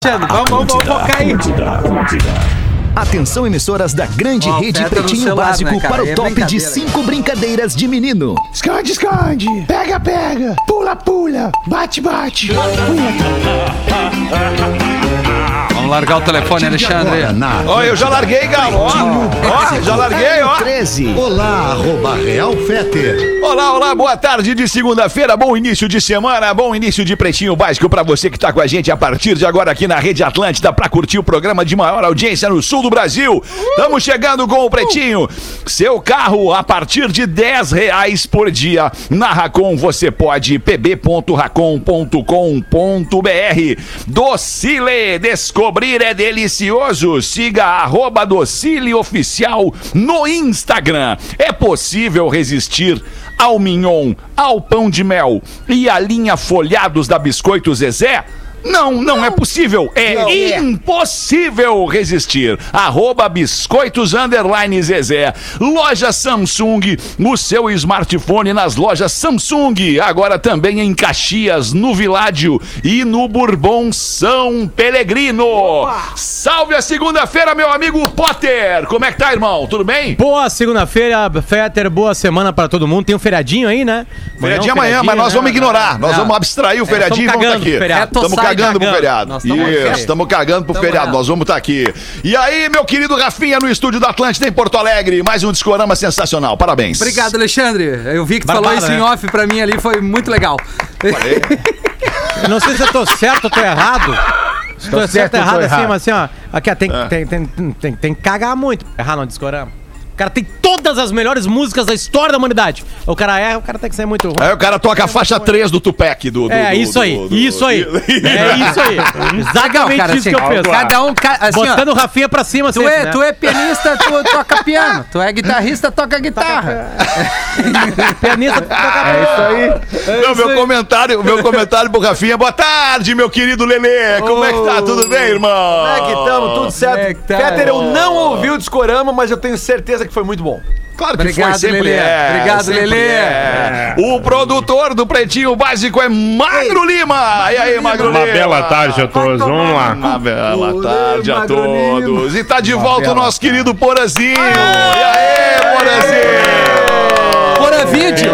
Alexandre. Vamos focar aí. Atenção, emissoras da grande rede Pretinho celular, Básico, né, para o top de brincadeira. 5 brincadeiras de menino. Esconde, esconde. Pega, pega. Pula, pula. Bate, bate. Vamos largar o telefone, Alexandre. Ó, eu já larguei, Galo. Ó, já larguei, ó. 13. Olá, @Real Fetter. Olá, boa tarde de segunda-feira, bom início de semana, bom início de Pretinho Básico pra você que tá com a gente a partir de agora aqui na Rede Atlântida pra curtir o programa de maior audiência no sul do Brasil. Estamos chegando com o Pretinho. Seu carro a partir de R$10 por dia. Na Racon você pode, pb.racon.com.br. Docile, descobrir é delicioso. Siga @DocileOficial no Instagram. É possível resistir ao mignon, ao pão de mel e à linha folhados da Biscoito Zezé? Não é possível. É impossível resistir. @biscoitos_Zezé. Loja Samsung, o seu smartphone nas lojas Samsung. Agora também em Caxias, no Viládio e no Bourbon São Pelegrino. Salve a segunda-feira, meu amigo Potter. Como é que tá, irmão? Tudo bem? Boa segunda-feira, Fetter, boa semana pra todo mundo. Tem um feriadinho aí, né? Feriadinho amanhã, mas nós vamos ignorar. Nós vamos abstrair o feriadinho e vamos estar aqui. Estamos cagando pro feriado. Isso, estamos cagando pro feriado. Nós vamos estar aqui. E aí, meu querido Rafinha, no estúdio da Atlântida em Porto Alegre. Mais um Discorama sensacional. Parabéns. Obrigado, Alexandre. Eu vi que tu falou isso em off pra mim ali, foi muito legal. Eu não sei se eu tô certo ou tô errado. Se tô certo ou errado assim, mas assim, ó. Aqui, ó, tem que cagar muito pra errar no Discorama. O cara tem todas as melhores músicas da história da humanidade. O cara erra, o cara tem que ser muito ruim. Aí o cara toca a faixa 3 do Tupac. Isso aí. É isso aí. Exatamente cara, isso assim, que eu penso. Cada um, assim, botando o Rafinha pra cima. Tu é pianista, tu toca piano. Tu é guitarrista, toca guitarra. Pianista, toca piano. É isso aí. Não, meu comentário pro Rafinha. Boa tarde, meu querido Lelê. Como é que tá? Tudo bem, irmão? Como é que estamos? Tudo certo. Fetter, eu não ouvi o Discorama, mas eu tenho certeza que foi muito bom. Claro que Obrigado, foi, sempre Lelê. é. Obrigado, sempre Lelê. é. O produtor do Pretinho Básico é Magro Lima. E aí, Magro Lima? Uma bela tarde a todos, vamos lá. Uma bela tarde a todos. E tá de volta o nosso querido Porazinho. E aí, Porazinho? Poravide.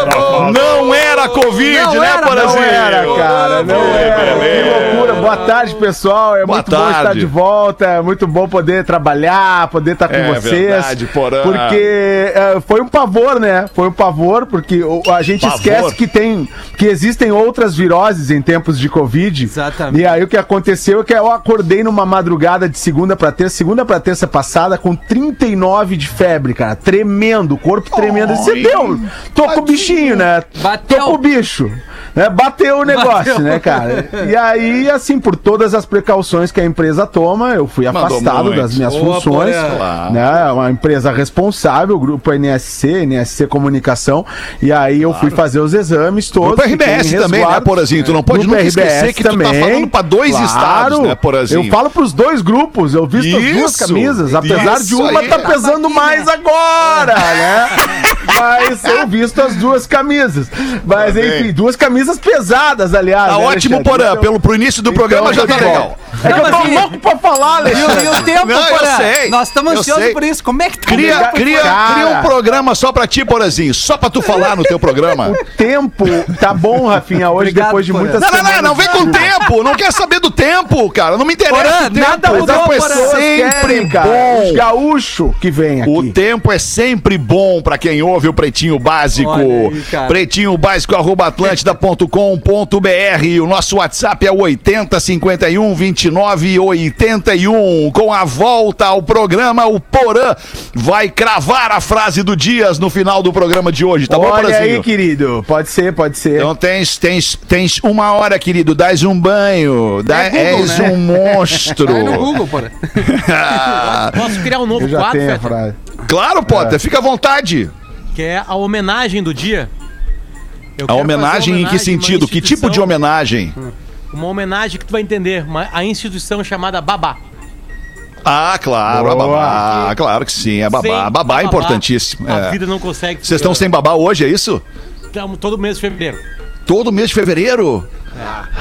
Não era Covid, né, Porazinho? Não era, cara. Não era. Que loucura. Boa tarde, pessoal. É muito bom estar de volta. É muito bom poder trabalhar, poder estar com vocês. Verdade, Porã. Porque foi um pavor, né? Foi um pavor, porque a gente esquece que existem outras viroses em tempos de Covid. Exatamente. E aí o que aconteceu é que eu acordei numa madrugada de segunda pra terça passada com 39 de febre, cara. Tremendo, o corpo tremendo. Você deu. Tô com o bichinho, né? Bateu. Tô com o bicho. Né? Bateu o negócio, né, cara? E aí, assim, por todas as precauções que a empresa toma, eu fui afastado das minhas funções. Né? Uma empresa responsável, o grupo NSC Comunicação. E aí eu fui fazer os exames todos. Grupo RBS também, né, Porazinho? Tu não pode nunca esquecer que tu tá falando pra dois estados, né, Porazinho? Eu falo pros dois grupos, eu visto as duas camisas, apesar de uma tá pesando mais agora, né? Mas eu visto as duas camisas. Mas enfim, duas camisas pesadas, aliás. Tá né, ótimo, Porã. Pro início do programa já tá legal. É que eu tô louco pra falar, Alexandre. E o tempo, Não, eu Porã? sei. Nós estamos Eu ansiosos sei. por isso. Como é que tá? Cria um programa só pra ti, Porazinho. Só pra tu falar no teu programa. O tempo tá bom, Rafinha, hoje, Obrigado, depois de Porã. muitas Não vem com tempo. Não quer saber do tempo, cara. Não me interessa Porã, o tempo. nada O mudou, tempo é Porã. sempre cara. Os bom. gaúchos que vem aqui. O tempo é sempre bom pra quem ouve o Pretinho Básico. Olha aí, cara. Pretinho Básico @atlantida.com.br. O nosso WhatsApp é 80512981. Com a volta ao programa, o Porã vai cravar a frase do Dias no final do programa de hoje, tá bom, Olha Porazinho? aí, querido. Pode ser. Então tens uma hora, querido. Dás um banho. És um monstro. Vai no Google, Porã. Posso criar um novo Eu já quadro, tenho a Fetter? frase. Claro, Potter. Fica à vontade. Que é a homenagem do dia. Eu A quero homenagem fazer em que sentido? Que tipo de homenagem? Uma homenagem que tu vai entender. A instituição chamada Babá. Ah, claro, a babá. Claro que sim, é babá. Sem Babá é a importantíssimo. A É. vida não consegue. Vocês estão sem babá hoje, é isso? Estamos todo mês de fevereiro. Todo mês de fevereiro?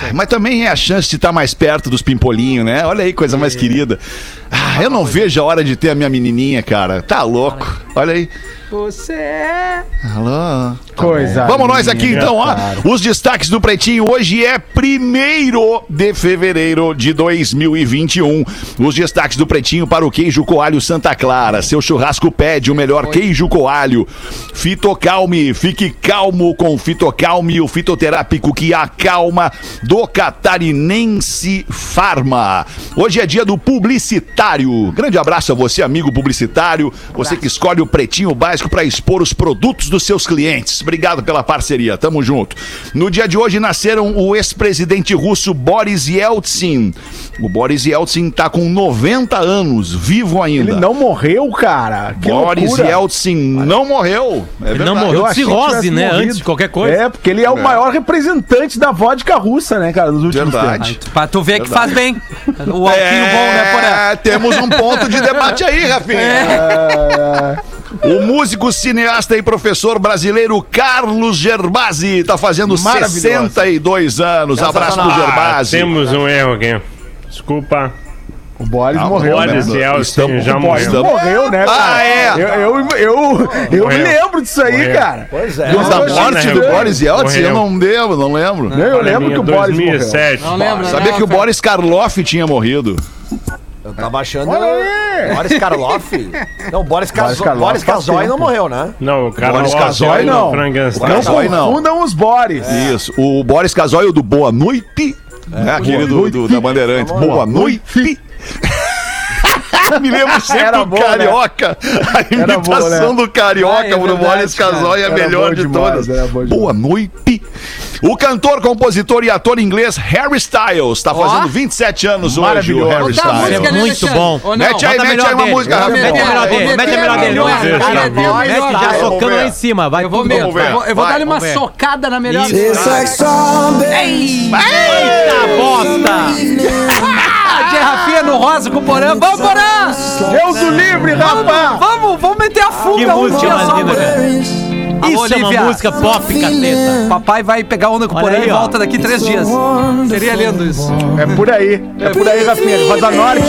Mas também é a chance de estar mais perto dos pimpolinhos, né? Olha aí, coisa mais querida. Eu não vejo a hora de ter a minha menininha, cara. Tá louco. Olha aí. Você é... Alô? Coisa. Vamos nós aqui linda, então, ó. cara. Os destaques do Pretinho. Hoje é 1º de fevereiro de 2021. Os destaques do Pretinho para o queijo coalho Santa Clara. Seu churrasco pede o melhor queijo coalho. Fitocalme. Fique calmo com Fitocalme, o fitoterápico que acalma, do Catarinense Farma. Hoje é dia do publicitário. Grande abraço a você, amigo publicitário. Você que escolhe o Pretinho Básico para expor os produtos dos seus clientes. Obrigado pela parceria, tamo junto. No dia de hoje nasceram o ex-presidente russo Boris Yeltsin. O Boris Yeltsin tá com 90 anos, vivo ainda. Ele não morreu, cara? Que Boris loucura. Yeltsin não morreu. É Ele verdade. não morreu Eu de achei que cirrose, tivesse né? morrido. Antes de qualquer coisa. É, porque ele é o maior representante da vodka russa, né, cara, nos últimos Verdade. tempos. Pra tu ver que faz bem. O alquinho bom, né, Porã? Temos um ponto de debate aí, Rafinha. O músico, cineasta e professor brasileiro Carlos Gervasi tá fazendo 62 anos. Abraço pro Gervasi. Temos um erro aqui. Desculpa. O Boris morreu, Boris né? Yeltsin já Boris morreu. morreu, né, cara? Eu me Morreu. lembro disso aí, Morreu. cara. Pois é. Da Eu achei morte do estranho. Boris Yeltsin, eu não lembro. Eu lembro que o Boris morreu. 2007. Não lembro, Sabia que o Boris Karloff tinha morrido. Eu tava achando. Olha aí. Boris Karloff? Não, Boris Karloff Boris Casoy faz não tempo. morreu, né? Não, o cara Boris Casoy, não. Frankenstein. Não Casoy, não. confundam os Boris. Isso. O Boris Casoy, o do Boa Noite. Aquele da Bandeirante. Boa Noite. Me lembro sempre Era do bom, né? Carioca. A Era bom, imitação né? do Carioca pro verdade, Boris Casoy é a Era melhor bom de demais, todas. era bom demais. Boa noite. O cantor, compositor e ator inglês Harry Styles tá fazendo 27 anos hoje, o Maravilhoso. Harry Botar a música Styles. ali, muito Alexandre. bom. Ou não? Mete aí, Bota a mete melhor aí uma dele. música, Rafinha. Mete a melhor dele, mete a melhor dele. Não, Vamos ver. cara, é melhor. Mete já Vamos socando ver. lá em cima. Vai Eu vou tudo mesmo. bom. ver. Eu vou Vai, dar-lhe uma vamos ver. socada na melhor. Isso. Eita bosta! De Rafinha no rosa com o Porã. Vamos, Porã! Deus do livre, rapaz! Vamos meter a Que fuga um música dia mais só, linda, Porã. cara. Alô, Isso é uma Olivia. música pop, caceta. Papai vai pegar onda com o Olha Porã aí, e ó. volta daqui 3 dias. Seria lindo isso. É por aí, Rafinha. Rosa Norte.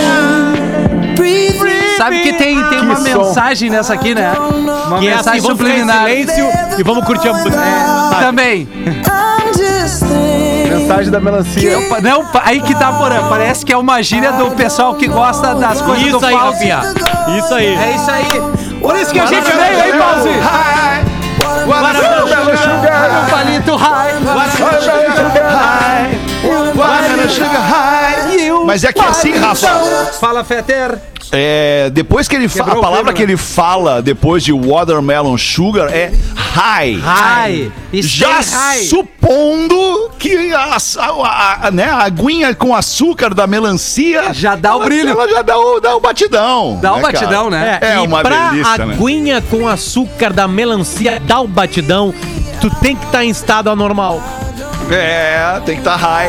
Sabe que tem uma som. mensagem nessa aqui, né? Uma Que é assim, mensagem vamos ficar em subliminar. silêncio e vamos curtir a música. Também. Mensagem da melancia. Não, aí que tá, Porã. Parece que é uma gíria do pessoal que gosta das coisas do Isso aí, Pause. Rafinha. Isso aí. É isso aí. Por isso que a gente veio, hein, Pause? Um palito high. Mas é que assim, Rafa, Fala, Fetter. depois que ele fala, a Quebrou o palavra clima, que ele fala depois de watermelon sugar é high. High. Já High. supondo que a aguinha com açúcar da melancia Já dá o brilho. Ela já dá o batidão. Dá um né, batidão, cara? né? É e uma pra delícia, né? aguinha com açúcar da melancia dar o batidão, tu tem que estar em estado anormal. Tem que estar high.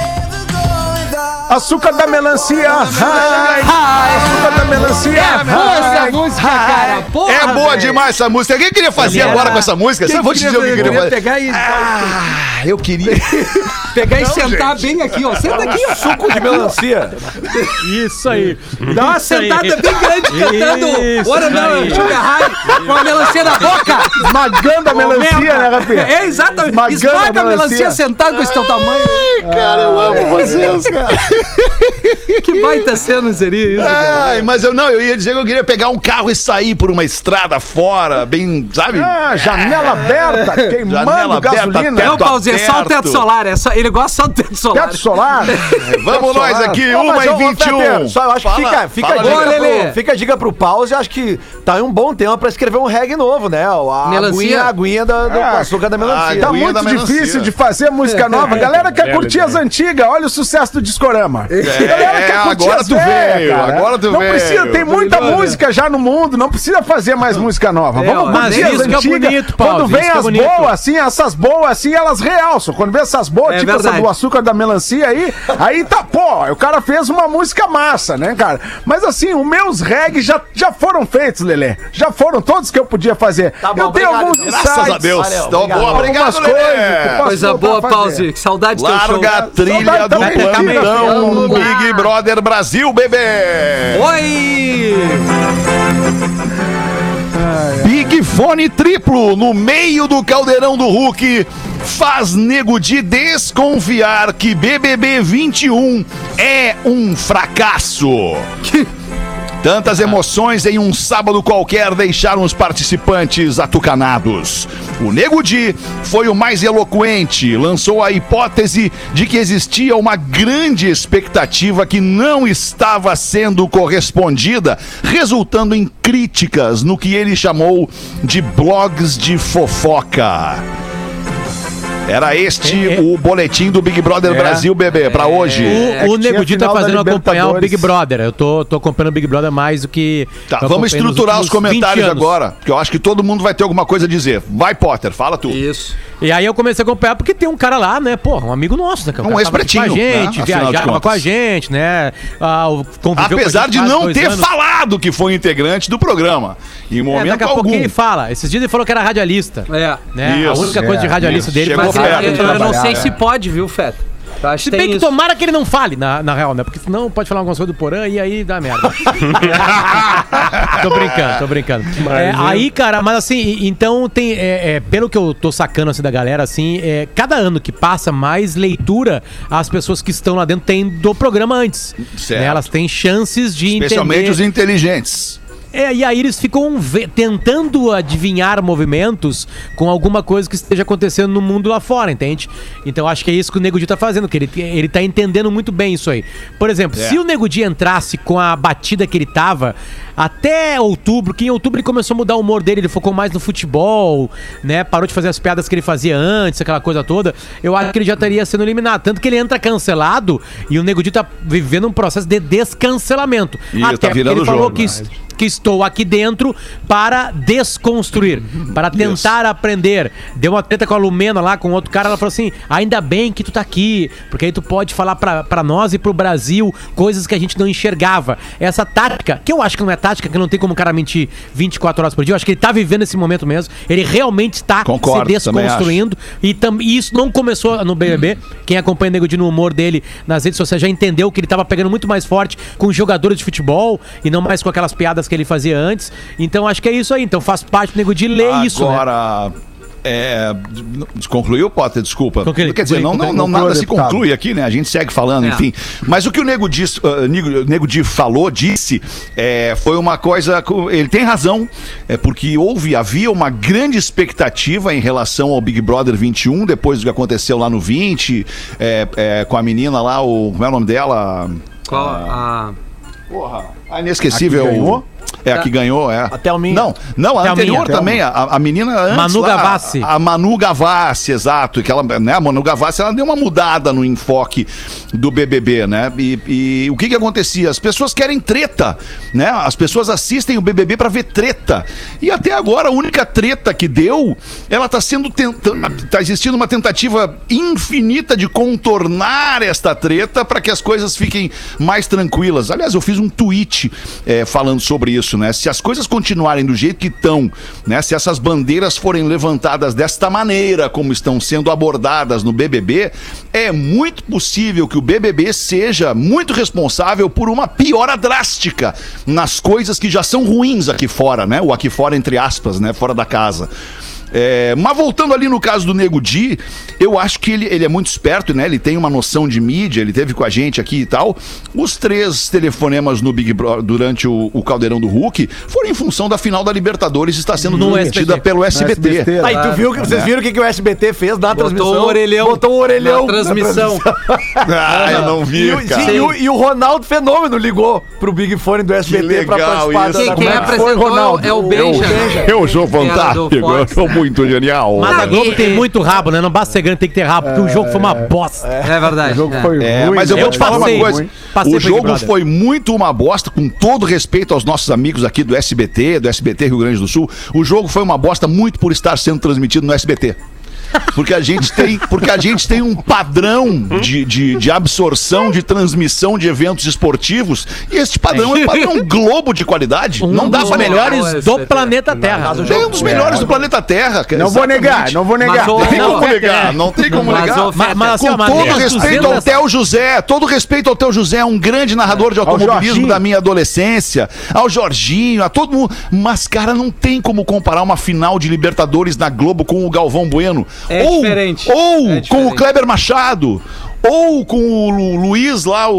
Açúcar da melancia. Açúcar da melancia. Boa essa música, cara. Porra, É boa velho. demais essa música. Quem queria fazer Ele agora era- com essa música? Só vou te dizer o que eu queria fazer. Pegar e, Eu queria. pegar e sentar bem aqui, ó. Senta aqui, ó. Suco de melancia. Isso aí. Dá uma sentada bem grande cantando Isso Watermelon aí. Sugar High com a melancia na boca. Esmagando a melancia, né, Rafinha? É, exatamente. Esmagando Esmaga a a melancia melancia. sentado com esse teu tamanho. Cara, eu amo vocês, cara. Que baita cena seria isso, cara. Ai, mas eu ia dizer que eu queria pegar um carro e sair por uma estrada fora, bem, sabe? Janela aberta, queimando Janela aberta, gasolina. Não, Pause, é só o teto aberto. solar. Ele gosta só do teto solar. Teto solar. Vamos nós aqui, Não, mas, ô, 1h21. Fetter, só eu acho que fica a fala, dica Lelê. fica a dica pro Pause. Acho que tá aí um bom tema pra escrever um reggae novo, né? A Melancia. aguinha do açúcar da melancia. Tá Aguinha muito da melancia. difícil de fazer música nova. Galera quer curtir as antigas. Olha o sucesso do Discorama. Galera quer curtir agora as tu velhas, veio, cara. agora tu não veio. precisa, tem muita música já no mundo, não precisa fazer mais música nova. Vamos mas curtir as isso que é antigas. bonito, Paulo, Quando vem isso que é as bonito. boas, assim, essas boas, assim, elas realçam. Quando vem essas boas, É tipo diferença do açúcar da melancia aí tá, pô, o cara fez uma música massa, né, cara? Mas assim, os meus reggae já foram feitos, Lelê. Já foram todos que eu podia fazer. Tá bom, eu tenho alguns insights. Graças a Deus. Valeu, Boa, obrigado, Lelê. Coisa boa, Pause. Que saudade do teu show. Larga a trilha do plantão Big Brother Brasil, bebê. Oi! Big Fone triplo no meio do caldeirão do Hulk faz Nego Di desconfiar que BBB 21 é um fracasso. Tantas emoções em um sábado qualquer deixaram os participantes atucanados. O Nego Di foi o mais eloquente, lançou a hipótese de que existia uma grande expectativa que não estava sendo correspondida, resultando em críticas no que ele chamou de blogs de fofoca. Era este o boletim do Big Brother Brasil, bebê, pra hoje. O Nego Di tá fazendo acompanhar o Big Brother. Eu tô acompanhando o Big Brother mais do que... Tá, vamos estruturar os comentários agora, porque eu acho que todo mundo vai ter alguma coisa a dizer. Vai, Potter, fala tu. Isso. E aí eu comecei a acompanhar porque tem um cara lá, né, porra, um amigo nosso, né? Um ex-pretinho, com a gente, né? viajava com a gente, né? Apesar de não ter falado que foi integrante do programa. Em momento daqui a algum. pouquinho ele fala. Esses dias ele falou que era radialista. É. A única coisa de radialista dele Mas foi eu não sei se pode, viu, Feta? Se bem que tomara que ele não fale, na real, né? Porque senão pode falar algumas coisas do Porã e aí dá merda. Tô brincando. Aí, cara, mas assim, então tem. Pelo que eu tô sacando assim da galera, assim, cada ano que passa, mais leitura as pessoas que estão lá dentro têm do programa antes. Né? Elas têm chances de entender. Especialmente os inteligentes. E aí eles ficam tentando adivinhar movimentos com alguma coisa que esteja acontecendo no mundo lá fora, entende? Então acho que é isso que o Nego Di tá fazendo, que ele tá entendendo muito bem isso aí. Por exemplo, se o Nego Di entrasse com a batida que ele tava até outubro, que em outubro ele começou a mudar o humor dele, ele focou mais no futebol, né? Parou de fazer as piadas que ele fazia antes, aquela coisa toda, eu acho que ele já estaria sendo eliminado. Tanto que ele entra cancelado e o Nego Di tá vivendo um processo de descancelamento. Até tá virando ele falou jogo, que estou aqui dentro para desconstruir, para tentar aprender. Deu uma treta com a Lumena lá, com outro cara, ela falou assim, ainda bem que tu tá aqui, porque aí tu pode falar pra nós e pro Brasil coisas que a gente não enxergava. Essa tática, que eu acho que não é tática, que não tem como o cara mentir 24 horas por dia, eu acho que ele tá vivendo esse momento mesmo, ele realmente está se desconstruindo, e isso não começou no BBB. Quem acompanha o Nego Di no humor dele nas redes sociais já entendeu que ele tava pegando muito mais forte com jogadores de futebol, e não mais com aquelas piadas que ele fazia antes. Então acho que é isso aí. Então faz parte do Nego Di ler isso, né? Agora, concluiu, Potter? Desculpa. Quer dizer, não nada se conclui aqui, né? A gente segue falando, enfim. Mas o que o Nego Di disse, foi uma coisa... Ele tem razão, porque havia uma grande expectativa em relação ao Big Brother 21, depois do que aconteceu lá no 20, com a menina lá, como é o nome dela? Qual? Porra, a inesquecível... A que ganhou, Até o Minha. Não, a anterior também, a menina antes Manu lá, Gavassi. A Manu Gavassi, exato. Que ela, né, a Manu Gavassi, ela deu uma mudada no enfoque do BBB, né? E o que acontecia? As pessoas querem treta, né? As pessoas assistem o BBB pra ver treta. E até agora, a única treta que deu, ela tá existindo uma tentativa infinita de contornar esta treta para que as coisas fiquem mais tranquilas. Aliás, eu fiz um tweet falando sobre isso, né? Se as coisas continuarem do jeito que estão, né? Se essas bandeiras forem levantadas desta maneira como estão sendo abordadas no BBB, é muito possível que o BBB seja muito responsável por uma piora drástica nas coisas que já são ruins aqui fora, né? O aqui fora entre aspas, né? Fora da casa. Mas voltando ali no caso do Nego Di, eu acho que ele é muito esperto, né? Ele tem uma noção de mídia, ele teve com a gente aqui e tal. Os 3 telefonemas no Big Brother durante o Caldeirão do Hulk foram em função da final da Libertadores, está sendo transmitida pelo SBT. E tu viu que vocês viram o que o SBT fez na transmissão? Botou um orelhão na transmissão. Eu não vi, cara. E o Ronaldo Fenômeno ligou pro Big Fone do SBT pra participar da... Quem apresentou é o Benja. Eu sou fantástico, eu sou muito genial. Mas a Globo tem muito rabo, né? Não basta ser grande, tem que ter rabo, porque o jogo foi uma bosta. É verdade. O jogo foi ruim. Mas eu vou te falar uma coisa. O jogo Brother. foi muito uma bosta, com todo respeito aos nossos amigos aqui do SBT Rio Grande do Sul. O jogo foi uma bosta muito por estar sendo transmitido no SBT. Porque a gente tem um padrão de absorção, de transmissão de eventos esportivos, e este padrão é um padrão globo de qualidade. Não dá pra negar. Melhores do planeta Terra. É um dos melhores do planeta Terra. Não vou negar. Não tem como negar. Mas, Com todo respeito ao Theo José, é um grande narrador de automobilismo da minha adolescência, ao Jorginho, a todo mundo. Mas, cara, não tem como comparar uma final de Libertadores na Globo com o Galvão Bueno. Diferente. Com o Kleber Machado. Ou com o Luiz lá,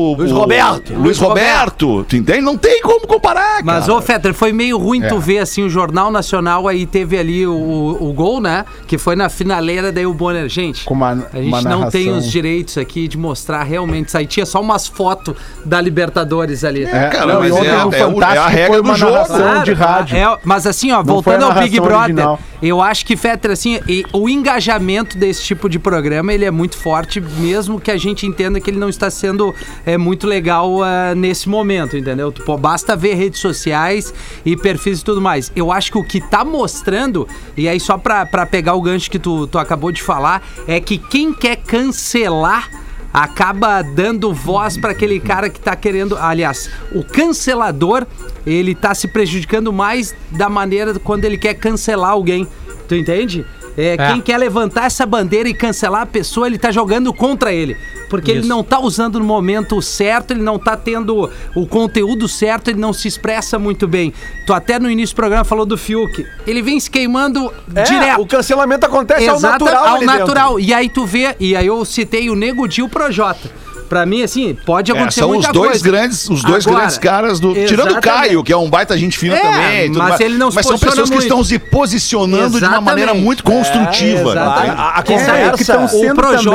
Luiz Roberto, tu entende? Não tem como comparar, cara. Mas, Fetter, foi meio ruim tu ver, assim, o Jornal Nacional, aí teve ali o gol, né? Que foi na finaleira, daí o Bonner. Gente, a gente não tem os direitos aqui de mostrar realmente isso aí. Tinha só umas fotos da Libertadores ali. Cara, mas é a regra do jogo. Claro, de rádio. Mas assim, ó, voltando ao Big Brother, eu acho que, Fetter, assim, o engajamento desse tipo de programa, ele é muito forte, mesmo que a gente entenda que ele não está sendo muito legal nesse momento, entendeu? Basta ver redes sociais e perfis e tudo mais. Eu acho que o que tá mostrando, e aí só pra pegar o gancho que tu acabou de falar, é que quem quer cancelar acaba dando voz para aquele cara que tá querendo... Aliás, o cancelador, ele tá se prejudicando mais da maneira quando ele quer cancelar alguém. Tu entende? Quem quer levantar essa bandeira e cancelar a pessoa, ele tá jogando contra ele. Porque ele não tá usando no momento certo, ele não tá tendo o conteúdo certo, ele não se expressa muito bem. Tu até no início do programa falou do Fiuk. Ele vem se queimando direto. O cancelamento acontece ao natural. E aí tu vê, e aí eu citei o Nego Di e o Projota. Pra mim, assim, pode acontecer muita coisa. São os dois grandes caras do... Tirando o Caio, que é um baita gente fina também. Mas ele não se são pessoas que estão se posicionando de uma maneira muito construtiva. A conversa... O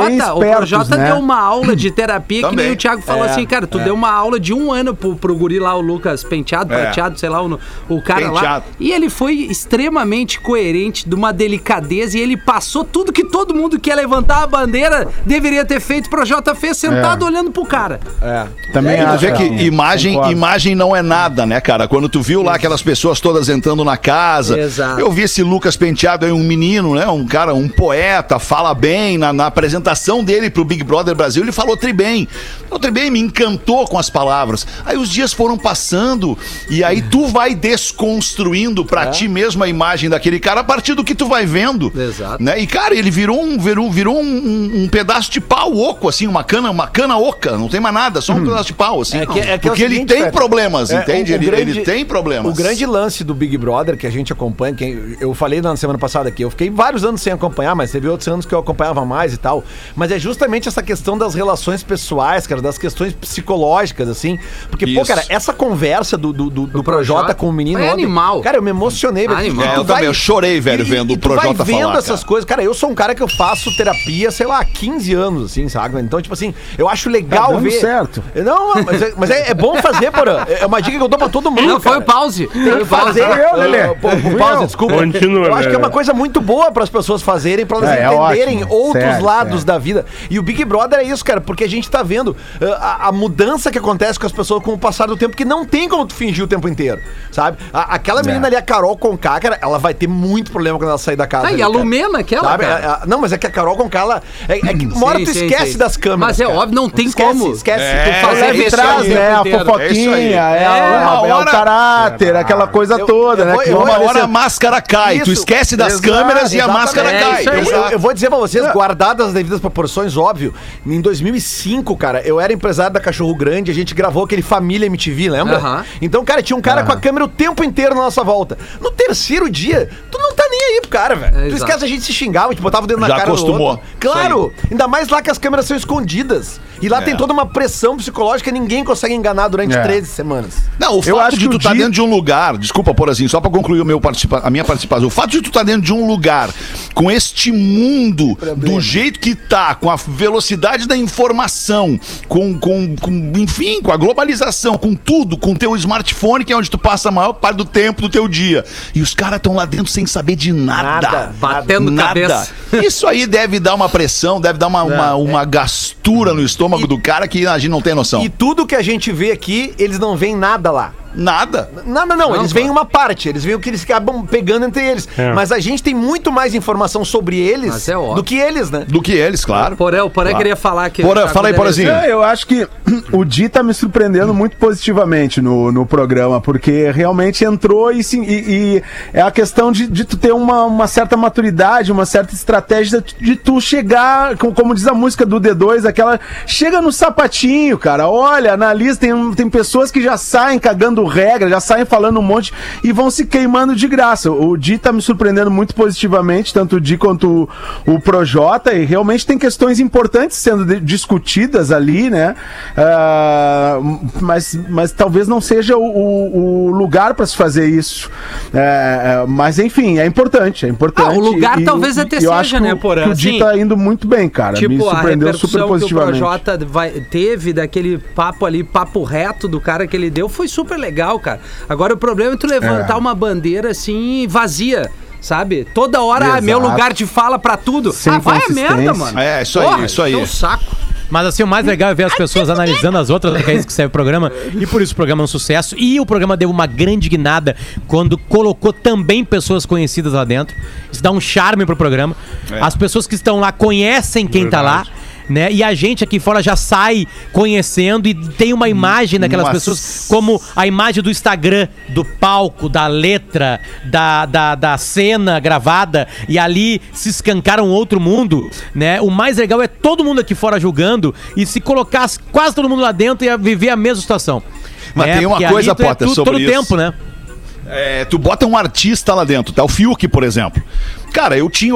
Projota deu uma aula de terapia que nem o Thiago falou assim, cara, tu deu uma aula de 1 ano pro guri lá, o Lucas Prateado, sei lá, o cara lá. E ele foi extremamente coerente, de uma delicadeza, e ele passou tudo que todo mundo que ia levantar a bandeira deveria ter feito. O Projota fez sentado olhando pro cara. Também tu vê que imagem não é nada, né, cara? Quando tu viu lá aquelas pessoas todas entrando na casa, eu vi esse Lucas Penteado aí, um menino, né, um cara, um poeta, fala bem, na apresentação dele pro Big Brother Brasil, ele falou tribem, me encantou com as palavras. Aí os dias foram passando, e aí tu vai desconstruindo pra ti mesmo a imagem daquele cara a partir do que tu vai vendo. Né? E, cara, ele virou um pedaço de pau oco, assim, uma cana oca, não tem mais nada, só um pedaço de pau, assim. Porque ele tem problemas, entende? Ele tem problemas. O grande lance do Big Brother que a gente acompanha, eu falei na semana passada aqui, eu fiquei vários anos sem acompanhar, mas teve outros anos que eu acompanhava mais e tal, mas é justamente essa questão das relações pessoais, cara, das questões psicológicas, assim, porque, pô, cara, essa conversa do Projota com o menino é ontem, animal. Cara, eu me emocionei. Eu chorei, velho, vendo o Projota falar. Vendo essas coisas, cara, eu sou um cara que eu faço terapia, sei lá, há 15 anos, assim, sabe? Então, tipo assim, eu acho legal ver. Certo. Não, mas é bom fazer, porra. É uma dica que eu dou pra todo mundo. Não, foi o pause. Tem que fazer. O pause, desculpa. Continua, eu acho que é uma coisa muito boa para as pessoas fazerem, para elas entenderem outros lados da vida. E o Big Brother é isso, cara, porque a gente tá vendo a mudança que acontece com as pessoas com o passar do tempo, que não tem como tu fingir o tempo inteiro, sabe? Aquela menina ali, a Carol Conká, cara, ela vai ter muito problema quando ela sair da casa. E a Lumena, aquela, não, mas é que a Carol Conká, ela... uma hora tu esquece das câmeras. Mas é óbvio, não tem como. Esquece. Tu fazer traz, né? A fofoquinha, o caráter, aquela coisa toda, né? Uma hora a máscara cai, tu esquece das câmeras e a máscara cai. Eu vou dizer pra vocês, guardadas as devidas proporções, óbvio, em 2005, cara, eu era empresário da Cachorro Grande, a gente gravou aquele Família MTV, lembra? Então, cara, tinha um cara com a câmera o tempo inteiro na nossa volta. No terceiro dia, tu não tá nem aí pro cara, velho. Tu esquece, a gente se xingava, a gente botava o dedo na cara do outro. Claro! Ainda mais lá que as câmeras são escondidas. E lá tem toda uma pressão psicológica, ninguém consegue enganar durante 13 semanas. Não, o fato de tu estar dentro de um lugar, desculpa por assim, só pra concluir a minha participação, o fato de tu estar dentro de um lugar com este mundo do jeito que tá, com a velocidade da informação, enfim, com a globalização, com tudo, com o teu smartphone, que é onde tu passa a maior parte do tempo do teu dia. E os caras estão lá dentro sem saber de nada. Batendo cabeça. Isso aí deve dar uma pressão, deve dar uma gastura no estômago do cara que a gente não tem noção. E tudo que a gente vê aqui, eles não veem nada lá. Nada. Não, eles veem uma parte, eles veem o que eles acabam pegando entre eles. Mas a gente tem muito mais informação sobre eles do que eles, né? Do que eles, claro. O Porã queria falar que... Fala aí, Porazinho. Eu acho que o Di tá me surpreendendo muito positivamente no programa, porque realmente entrou e é a questão de tu ter uma certa maturidade, uma certa estratégia de tu chegar, como diz a música do D2, aquela... Chega no sapatinho, cara. Olha, analisa, tem pessoas que já saem cagando regra, já saem falando um monte e vão se queimando de graça. O Di tá me surpreendendo muito positivamente, tanto o Di quanto o Projota, e realmente tem questões importantes sendo discutidas ali, né? Mas talvez não seja o lugar para se fazer isso. Mas enfim, é importante. O lugar talvez até seja, né, Porã? O Di tá indo muito bem, cara. Tipo, me surpreendeu super positivamente. Que o Projota teve daquele papo ali, papo reto do cara que ele deu, foi super legal, cara. Agora o problema é tu levantar uma bandeira assim vazia, sabe? Toda hora, meu lugar de fala pra tudo. Sem vai a merda, mano. Isso aí, isso aí. É um saco. Mas assim, o mais legal é ver as pessoas analisando as outras, que é isso que serve o programa, e por isso o programa é um sucesso. E o programa deu uma grande guinada quando colocou também pessoas conhecidas lá dentro. Isso dá um charme pro programa. As pessoas que estão lá conhecem quem tá lá, né? E a gente aqui fora já sai conhecendo e tem uma imagem daquelas pessoas, como a imagem do Instagram, do palco, da letra, da cena gravada, e ali se escancara um outro mundo, né? O mais legal é todo mundo aqui fora julgando, e se colocasse quase todo mundo lá dentro ia viver a mesma situação. Mas tem uma coisa, Potter, sobre todo isso. tempo, né? Tu bota um artista lá dentro, tá? O Fiuk, por exemplo. Cara, eu tinha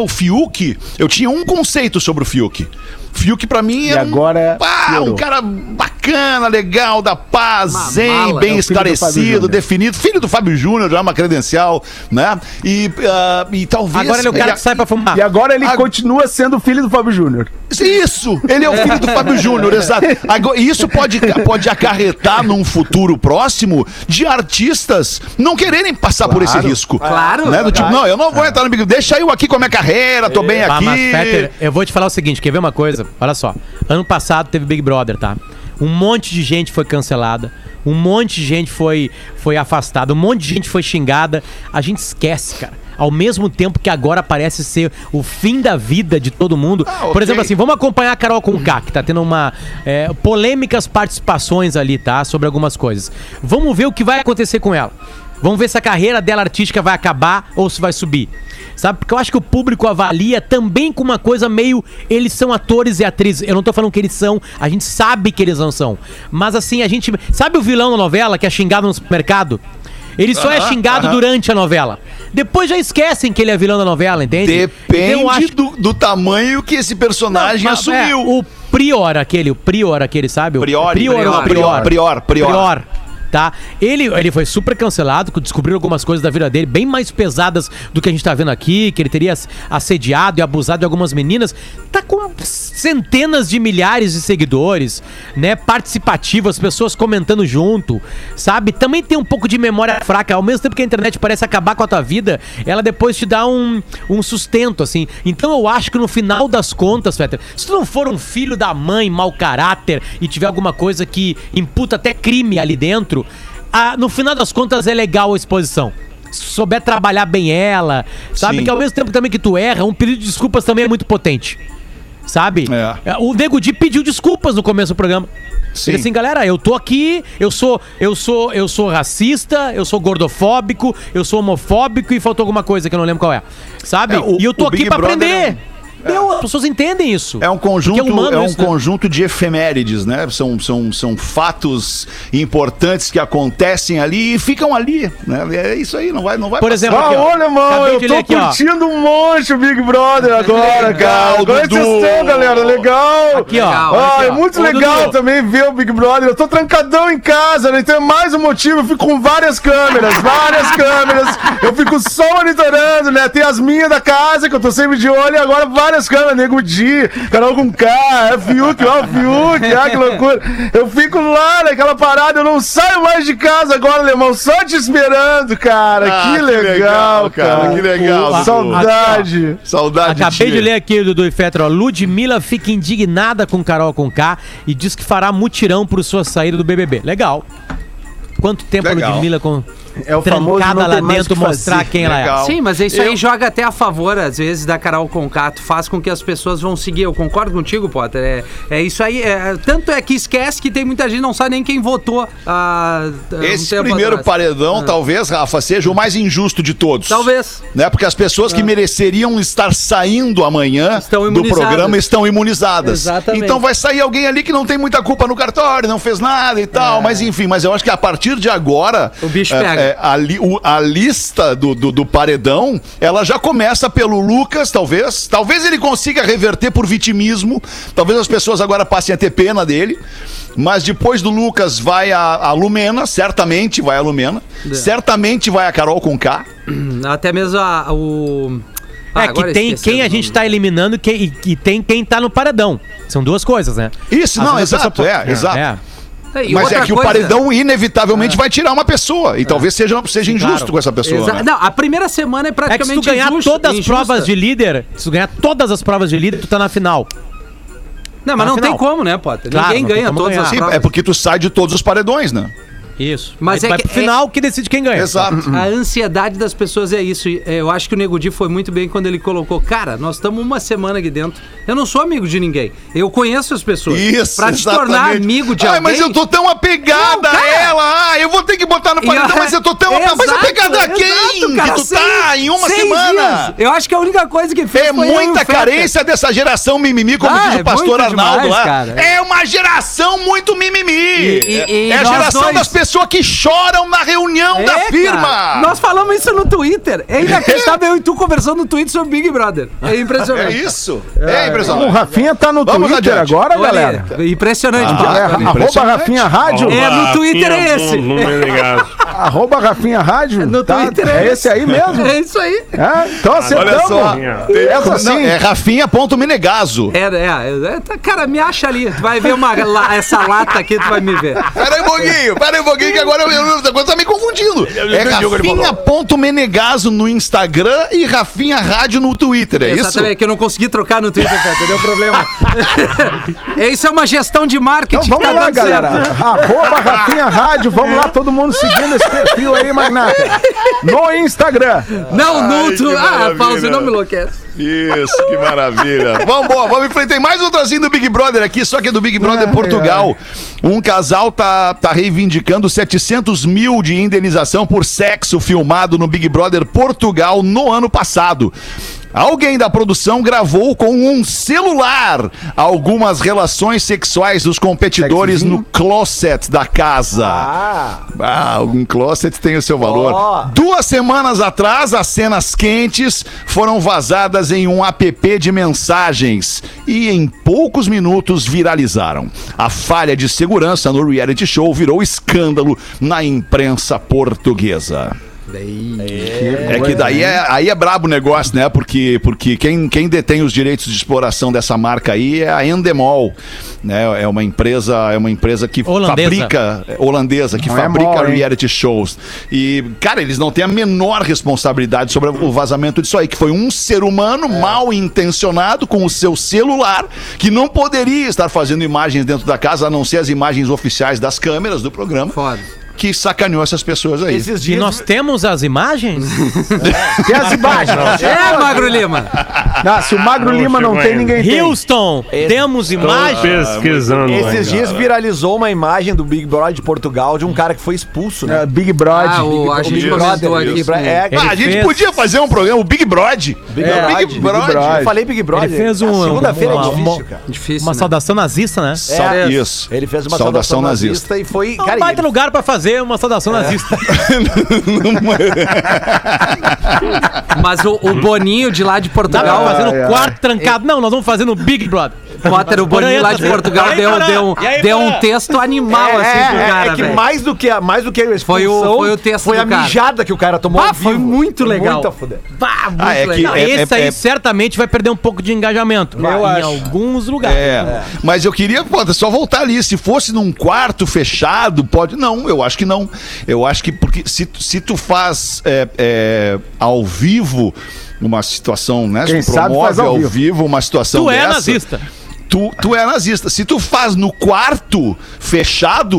um conceito sobre o Fiuk. Fiuk pra mim é um cara bacana, legal, da paz, zen, bem esclarecido, definido. Filho do Fábio Júnior, já é uma credencial, né? E talvez... Agora ele é o cara que sai pra fumar. E agora ele continua sendo filho do Fábio Júnior. Isso! Ele é o filho do Fábio Júnior, exato. Agora, isso pode acarretar num futuro próximo de artistas não quererem passar por esse risco. Claro. Né? Do tipo, não, eu não vou entrar no Big Brother, deixa eu aqui com a minha carreira, tô bem aqui. Mas, Peter, eu vou te falar o seguinte, quer ver uma coisa? Olha só, ano passado teve Big Brother, tá? Um monte de gente foi cancelada, um monte de gente foi afastada, um monte de gente foi xingada. A gente esquece, cara. Ao mesmo tempo que agora parece ser o fim da vida de todo mundo. Por exemplo, assim, vamos acompanhar a Carol Conká, que tá tendo polêmicas participações ali, tá? Sobre algumas coisas. Vamos ver o que vai acontecer com ela. Vamos ver se a carreira dela artística vai acabar ou se vai subir. Sabe? Porque eu acho que o público avalia também com uma coisa meio... Eles são atores e atrizes. Eu não tô falando que eles são. A gente sabe que eles não são. Mas assim, a gente... Sabe o vilão da novela que é xingado no supermercado? Ele só é xingado durante a novela. Depois já esquecem que ele é vilão da novela, entende? Depende do tamanho que esse personagem assumiu. O Prior aquele, sabe? Prior. Tá? Ele foi super cancelado, descobriram algumas coisas da vida dele bem mais pesadas do que a gente tá vendo aqui, que ele teria assediado e abusado de algumas meninas. Tá com centenas de milhares de seguidores, né? Participativas, pessoas comentando junto, sabe? Também tem um pouco de memória fraca. Ao mesmo tempo que a internet parece acabar com a tua vida, ela depois te dá um sustento, assim. Então eu acho que no final das contas, Fetter, se tu não for um filho da mãe, mau caráter, e tiver alguma coisa que imputa até crime ali dentro, no final das contas é legal a exposição. Se souber trabalhar bem ela, sabe? Sim. Que ao mesmo tempo também que tu erra, um pedido de desculpas também é muito potente. Sabe? O Nego Di pediu desculpas no começo do programa. Sim. Ele assim, galera, eu tô aqui, eu sou racista, eu sou gordofóbico, eu sou homofóbico e faltou alguma coisa que eu não lembro qual é. Sabe? E eu tô aqui pra aprender. As pessoas entendem isso. É um conjunto de efemérides, né? São fatos importantes que acontecem ali e ficam ali, né? É isso aí, não vai Por exemplo, aqui, olha, irmão, eu tô aqui, curtindo um monte o Big Brother agora, cara. Agora é galera, legal. Aqui, ó. É muito legal também ver o Big Brother. Eu tô trancadão em casa, né? Então é mais um motivo. Eu fico com várias câmeras. Eu fico só monitorando, né? Tem as minhas da casa, que eu tô sempre de olho, e agora várias câmeras, Nego Di, Carol Conká, Fiuk, que loucura. Eu fico lá naquela parada, eu não saio mais de casa agora, Alemão, só te esperando, cara. Que legal, cara. Que legal. Saudade. Saudade. Acabei de ler aqui, Dudu e Fetter, ó. Ludmilla fica indignada com Carol Conká e diz que fará mutirão por sua saída do BBB. Legal. quanto tempo Legal. a Ludmilla com É o famoso trancada não lá ter mais o dentro, que mostrar fazer. quem ela é. Legal. Sim, mas isso aí joga até a favor, às vezes, da Carol Conká. Tu faz com que as pessoas vão seguir. Eu concordo contigo, Potter. É isso aí. Tanto é que esquece que tem muita gente que não sabe nem quem votou. Esse primeiro paredão, talvez, Rafa, seja o mais injusto de todos. Talvez. Né? Porque as pessoas que mereceriam estar saindo amanhã Estão do imunizadas. programa estão imunizadas. Exatamente. Então vai sair alguém ali que não tem muita culpa no cartório, não fez nada e tal. Mas enfim, mas eu acho que a partir de agora, O bicho pega. a lista do paredão, ela já começa pelo Lucas, talvez. Talvez ele consiga reverter por vitimismo. Talvez as pessoas agora passem a ter pena dele. Mas depois do Lucas vai a Lumena, certamente vai a Lumena. Certamente vai a Carol Conká. Até mesmo o... Que tem quem a gente tá eliminando e tem quem tá no paredão. São duas coisas, né? Isso, Às não, vezes a exato, pessoa- exato. E Mas outra é que coisa- o paredão inevitavelmente vai tirar uma pessoa. E talvez seja injusto claro. com essa pessoa. Exa- né? Não, a primeira semana é É que se praticamente tu ganhar injusta- todas as injusta. provas de líder, se tu ganhar todas as provas de líder, tu tá na final. Não, mas na não final. tem como, né, Potter? Claro, Ninguém não tem ganha como todas ganhar. as Sim, provas. é porque tu sai de todos os paredões, né? Isso. Mas Aí é vai que- pro final que decide quem ganha. Exato. A ansiedade das pessoas é isso. Eu acho que o Nego Di foi muito bem quando ele colocou: cara, nós estamos uma semana aqui dentro. Eu não sou amigo de ninguém. Eu conheço as pessoas. Isso, Pra te tornar exatamente. amigo de Ai, alguém. mas eu tô tão apegada Não, cara. a ela. Eu vou ter que botar no paredão, mas eu tô tão apegada. Mas Exato, apegada a quem? exato, cara, que tu tá em uma 6 semana. dias. Eu acho que a única coisa que fez É foi eu e o muita Fetter. carência dessa geração mimimi, como Ah, diz é o pastor muito Arnaldo demais, lá. cara. É uma geração muito mimimi. E É a nós geração dois. das pessoas que choram na reunião da firma. Cara, nós falamos isso no Twitter. É inacreditável eu e tu conversando no Twitter sobre Big Brother. É É impressionante. isso. É O impressionante. Rafinha tá no Vamos Twitter adiante. agora, Olha, galera. impressionante. Arroba Rafinha Rádio. É, no Twitter é esse. Arroba Rafinha Rádio. No Twitter é esse aí mesmo? É isso aí. Então acertamos. Olha só. Essa Não, sim. é Rafinha.menegaso. Cara, me acha ali. Tu vai ver essa lata aqui, tu vai me ver. Pera aí um pouquinho, que agora agora tá me confundindo. É Rafinha.menegaso no Instagram e Rafinha Rádio no Twitter, é isso? Exatamente, que eu não consegui trocar no Twitter, cara, deu problema. Isso é uma gestão de marketing. Então vamos tá lá, dando galera. certo. Arroba Rafinha Rádio. Vamos lá, todo mundo seguindo esse perfil aí, Magnata. No Instagram. Não, Ai, no que maravilha. Pause, não me enlouquece. Isso, que maravilha. Vamos em frente. Tem mais um trazinho do Big Brother aqui, só que é do Big Brother Portugal. Um casal tá reivindicando 700 mil de indenização por sexo filmado no Big Brother Portugal no ano passado. Alguém da produção gravou com um celular algumas relações sexuais dos competidores no closet da casa. Um closet tem o seu valor. 2 semanas atrás, as cenas quentes foram vazadas em um app de mensagens e em poucos minutos viralizaram. A falha de segurança no reality show virou escândalo na imprensa portuguesa. É que daí aí é brabo o negócio, né? Porque quem detém os direitos de exploração dessa marca aí é a Endemol, né? É uma empresa que holandesa, que fabrica reality shows. E, cara, eles não têm a menor responsabilidade sobre o vazamento disso aí, que foi um ser humano mal intencionado com o seu celular, que não poderia estar fazendo imagens dentro da casa, a não ser as imagens oficiais das câmeras do programa. Foda. Que sacaneou essas pessoas aí. Esses E dias... nós temos as imagens? Tem as imagens. Magro Lima. Não, se o Magro Lima não tem, ninguém tem. Houston, temos imagens? Pesquisando. Esses dias viralizou uma imagem do Big Brother de Portugal de um cara que foi expulso, né? Big Brother. A gente comentou aqui. A gente podia fazer um programa, o Big Brother. Big Brother. Eu falei Big Brother. Ele fez segunda-feira é difícil, cara. Difícil, uma né? saudação nazista, né? Isso. Ele fez uma saudação nazista e foi... É um baita lugar pra fazer uma saudação nazista. Mas o Boninho de lá de Dá pra Portugal... fazer no quarto trancado. Não, nós vamos fazer no Big Brother. Potter, o Boninho lá de Portugal deu um texto animal assim pro cara, que velho. mais do que a expulsão, Foi o texto foi do a cara. mijada que o cara tomou ao Foi vivo. muito legal. Muito a fuder. Muito legal. Esse aí certamente vai perder um pouco de engajamento. Em alguns lugares. Mas eu queria, só voltar ali. Se fosse num quarto fechado, pode... Não, eu acho que não. Eu acho que porque se tu faz ao vivo uma situação, né? Quem Se tu sabe promove faz ao ao vivo uma situação Tu dessa... é nazista. Tu é nazista. Se tu faz no quarto fechado,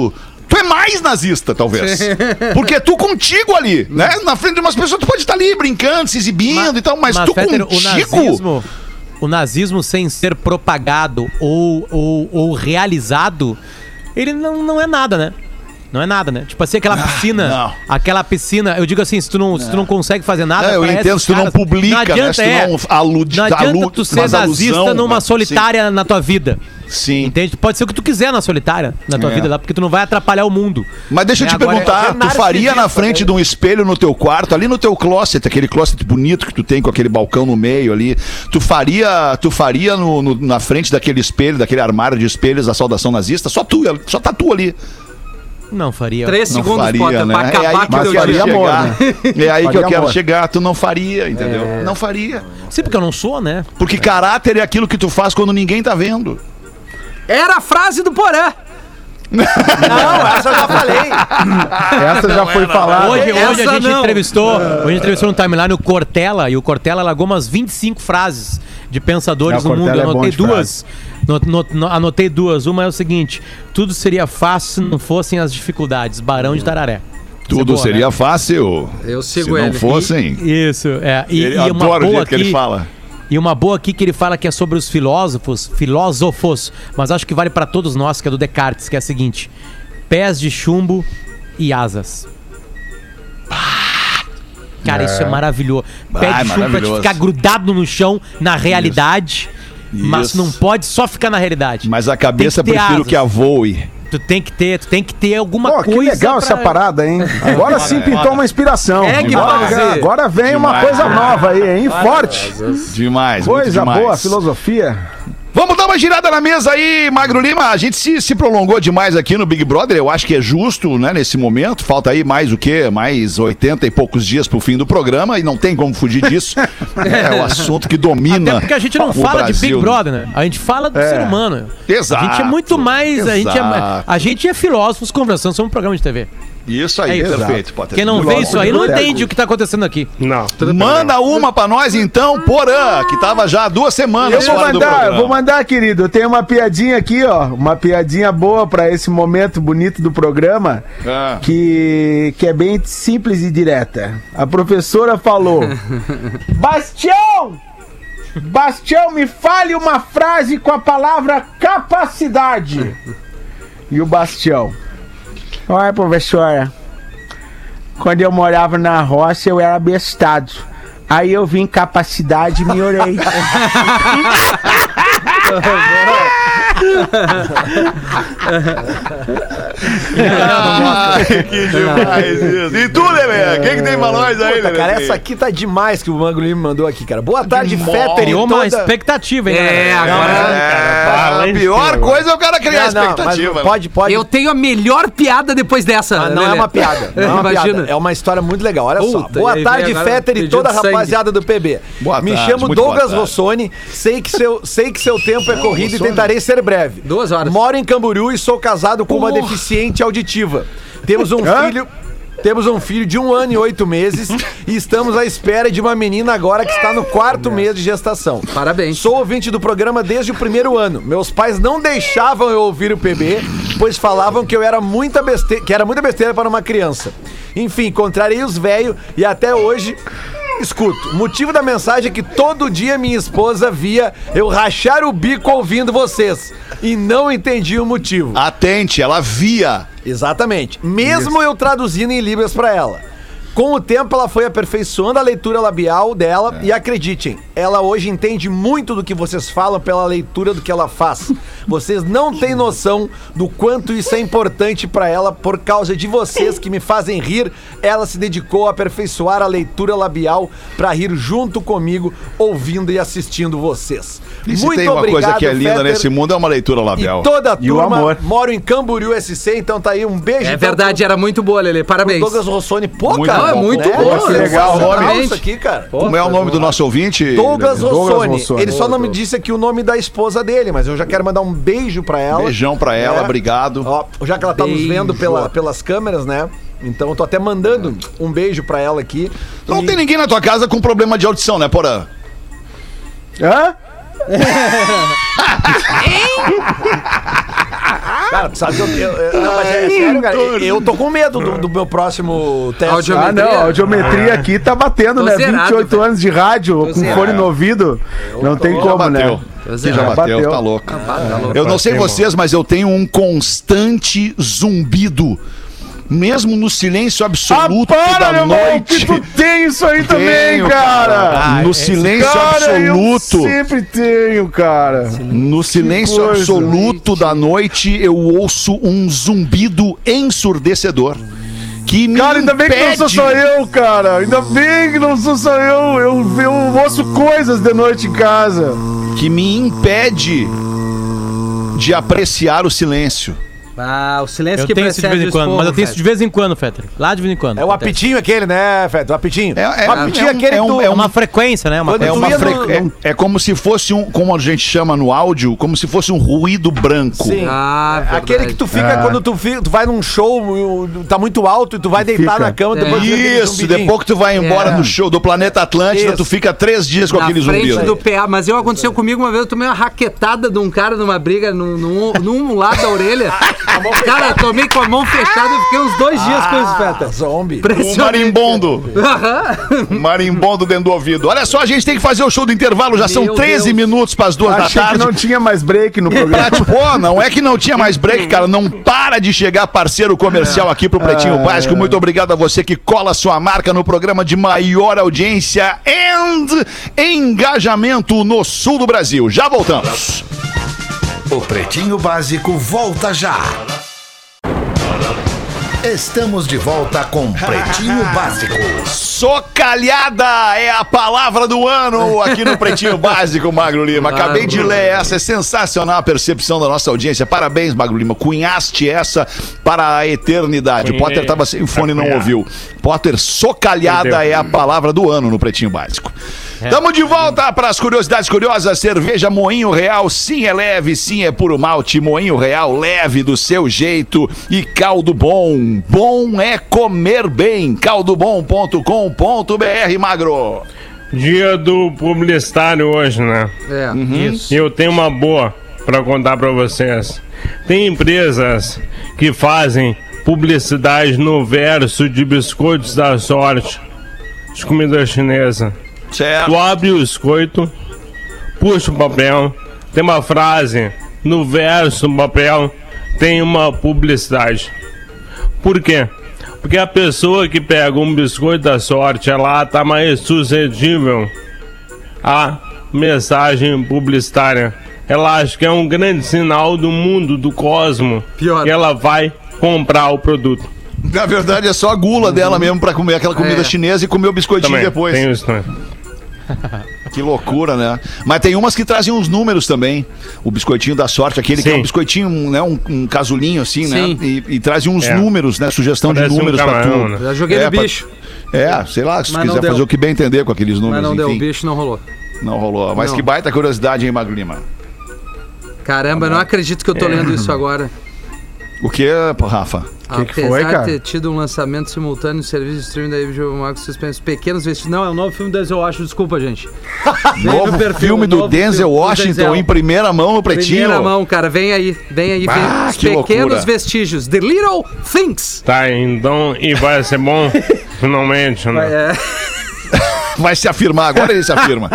Tu é mais nazista, talvez. Porque tu contigo ali, né? Na frente de umas pessoas, tu pode estar ali brincando, se exibindo e tal, mas tu Fetter, contigo... O nazismo, sem ser propagado ou realizado, ele não é nada, né? Não é nada, né? Tipo assim, aquela piscina, eu digo assim, se tu não consegue fazer nada... eu entendo, se tu não publica, não adianta, né? Se tu não alude... Não adianta tu ser nazista numa solitária na tua vida. Sim. Entende? Pode ser o que tu quiser na solitária, na tua vida lá, porque tu não vai atrapalhar o mundo. Mas deixa eu te perguntar, tu faria na frente de um espelho no teu quarto, ali no teu closet, aquele closet bonito que tu tem com aquele balcão no meio ali, tu faria na frente daquele espelho, daquele armário de espelhos, a saudação nazista? Só tá tu ali. Não faria. 3 segundos, faria, Potter, né? pra acabar com o teu dia. É aí que eu quero chegar. Tu não faria, entendeu? Não faria. Sim, porque eu não sou, né? Porque caráter é aquilo que tu faz quando ninguém tá vendo. Era a frase do Porã. Não, essa eu já falei. Essa já foi falada. Hoje a gente entrevistou no timeline o Cortella, e o Cortella largou umas 25 frases de pensadores no mundo. Eu anotei duas. Anotei duas. Uma é o seguinte: tudo seria fácil se não fossem as dificuldades. Barão de Tararé. Tudo seria fácil. Eu sigo se não fossem. Isso, é. E uma adoro o boa jeito que ele fala. E uma boa aqui que ele fala que é sobre os filósofos, mas acho que vale pra todos nós, que é do Descartes, que é a seguinte: pés de chumbo e asas. Cara, isso é maravilhoso. Pé de chumbo pra te ficar grudado no chão, na realidade, mas não pode só ficar na realidade. Mas a cabeça prefiro que a voe. Tu tem que ter alguma coisa. Que legal essa parada, hein? Agora sim pintou uma inspiração. Agora vem uma coisa nova aí, hein? Forte. Demais. Coisa boa, filosofia. Vamos dar uma girada na mesa aí, Magro Lima. A gente se prolongou demais aqui no Big Brother. Eu acho que é justo, né, nesse momento. Falta aí mais o quê? Mais 80 e poucos dias pro fim do programa e não tem como fugir disso. É o assunto que domina. Até porque a gente não fala Brasil, de Big Brother, né? A gente fala do ser humano. Exato. A gente é muito mais... A gente é filósofos conversando sobre um programa de TV. Isso aí, perfeito. Quem não vê isso aí não entende o que tá acontecendo aqui. Não. Manda uma pra nós então, Porã, que tava já há 2 semanas fora do programa. Eu vou mandar, querido. Eu tenho uma piadinha aqui, ó. Uma piadinha boa pra esse momento bonito do programa, que é bem simples e direta. A professora falou: Bastião, me fale uma frase com a palavra capacidade. E o Bastião: olha, professora, quando eu morava na roça eu era abestado. Aí eu vi capacidade e me orei. Que demais isso. E tu, Lelê? O que tem pra nós aí, Lelê? Cara, essa aqui tá demais que o Magro Lima mandou aqui, cara. Boa tarde, Fetter. Criou uma expectativa, hein? Agora... a pior coisa é o cara criar expectativa. Pode. Eu tenho a melhor piada depois dessa. Não é uma piada. Não é uma piada. É uma história muito legal. Olha só. Boa tarde, Fetter e toda a rapaziada do PB. Me chamo Douglas Rossoni. Sei que seu tempo é corrido e tentarei ser breve. 2 horas. Moro em Camboriú e sou casado com uma deficiente auditiva. Temos um filho de 1 ano e 8 meses e estamos à espera de uma menina agora que está no 4º mês de gestação. Parabéns. Sou ouvinte do programa desde o 1º ano. Meus pais não deixavam eu ouvir o PB, pois falavam que era muita besteira para uma criança. Enfim, contrariei os velhos e até hoje... escuto. O motivo da mensagem é que todo dia minha esposa via eu rachar o bico ouvindo vocês. E não entendi o motivo. Atente, ela via. Exatamente. Mesmo eu traduzindo em Libras pra ela. Com o tempo, ela foi aperfeiçoando a leitura labial dela e acreditem, ela hoje entende muito do que vocês falam pela leitura do que ela faz. Vocês não têm noção do quanto isso é importante pra ela por causa de vocês que me fazem rir. Ela se dedicou a aperfeiçoar a leitura labial pra rir junto comigo, ouvindo e assistindo vocês. E se tem uma coisa que é linda Fetter, nesse mundo é uma leitura labial. E toda a turma, moro em Camboriú SC, então tá aí um beijo. É verdade, era muito boa, Lelê, parabéns. Douglas Rossoni, é muito bom. Que legal, isso aqui, cara. Como é o nome do nosso ouvinte? Douglas Rossoni. Ele só não me disse aqui o nome da esposa dele, mas eu já quero mandar um beijo pra ela. Beijão pra ela, obrigado. Ó, já que ela tá nos vendo pelas câmeras, né? Então eu tô até mandando um beijo pra ela aqui. Não tem ninguém na tua casa com problema de audição, né, Porã? Hã? Cara, sabe que não, mas é sério, cara. Eu tô com medo do meu próximo teste. A audiometria aqui tá batendo, né? Zerado, 28 anos de rádio, com fone no ouvido. Não tem como, né? Já bateu, tá louco. Eu não sei vocês, mas eu tenho um constante zumbido. Mesmo no silêncio absoluto da noite. Que tu tem isso aí também, cara. No silêncio absoluto. Eu sempre tenho, cara. No silêncio absoluto da noite, eu ouço um zumbido ensurdecedor. Cara, ainda bem que não sou só eu, cara. Ainda bem que não sou só eu. Eu ouço coisas de noite em casa. Que me impede de apreciar o silêncio. O silêncio que precede de vez em quando, mas eu tenho isso de vez em quando, Fetter. Lá de vez em quando. É o apitinho aquele, né, Fetter? O apitinho. O apitinho aquele é uma frequência, né? É como se fosse como a gente chama no áudio, como se fosse um ruído branco. Sim. Aquele que tu fica quando tu vai num show, tá muito alto e tu vai deitar na cama. Isso, depois que tu vai embora no show do Planeta Atlântida, tu fica 3 dias com aquele zumbido. Na frente do PA, mas aconteceu comigo uma vez, eu tomei uma raquetada de um cara numa briga num lado da orelha. Cara, tomei com a mão fechada e fiquei uns 2 dias com isso, Feta. Zombie. Um marimbondo. Marimbondo dentro do ouvido. Olha só, a gente tem que fazer o show do intervalo. Já são 13 minutos para as 2 da tarde. Que não tinha mais break no programa. Pô, não é que não tinha mais break, cara. Não para de chegar parceiro comercial aqui pro Pretinho Básico. Muito obrigado a você que cola sua marca no programa de maior audiência e engajamento no sul do Brasil. Já voltamos. O Pretinho Básico volta já. Estamos de volta com Pretinho Básico. Socalhada é a palavra do ano aqui no Pretinho Básico, Magro Lima. Acabei de ler essa, é sensacional a percepção da nossa audiência. Parabéns, Magro Lima. Cunhaste essa para a eternidade. O Potter estava sem fone e não ouviu. Potter, socalhada é a palavra do ano no Pretinho Básico. Tamo de volta para as curiosidades curiosas. Cerveja Moinho Real, sim é leve, sim é puro malte. Moinho Real, leve do seu jeito. E caldo bom, bom é comer bem. caldobom.com.br, Magro. Dia do publicitário hoje, né? Isso. Eu tenho uma boa para contar para vocês. Tem empresas que fazem publicidade no verso de biscoitos da sorte, de comida chinesa. Certo. Tu abre o biscoito, puxa o papel, tem uma frase, no verso do papel tem uma publicidade. Por quê? Porque a pessoa que pega um biscoito da sorte, ela tá mais suscetível à mensagem publicitária. Ela acha que é um grande sinal do mundo, do cosmo, que ela vai comprar o produto. Na verdade é só a gula dela mesmo pra comer aquela comida chinesa e comer o biscoitinho também, depois. Tem isso também. Que loucura, né? Mas tem umas que trazem uns números também. O biscoitinho da sorte, aquele que é um biscoitinho, né? Um casulinho assim, né? E trazem uns números, né? Sugestão de números pra tu. Né? Já joguei no bicho. Sei lá, se tu quiser fazer o que bem entender com aqueles números. Mas não enfim. deu, o bicho não rolou. Não rolou. Mas que baita curiosidade, hein, Magro Lima? Caramba, eu não acredito que eu tô lendo isso agora. O que, Rafa? Que foi, cara? Apesar de ter tido um lançamento simultâneo de serviço de streaming da HBO Max suspenso pequenos vestidos. Não, é um novo filme do Denzel Washington, desculpa, gente. Novo filme do Denzel Washington em primeira mão no Pretinho. Primeira mão, cara, vem aí. Vem os pequenos vestígios. The Little Things. Tá, então, e vai ser bom, finalmente, né? Vai se afirmar, agora ele se afirma.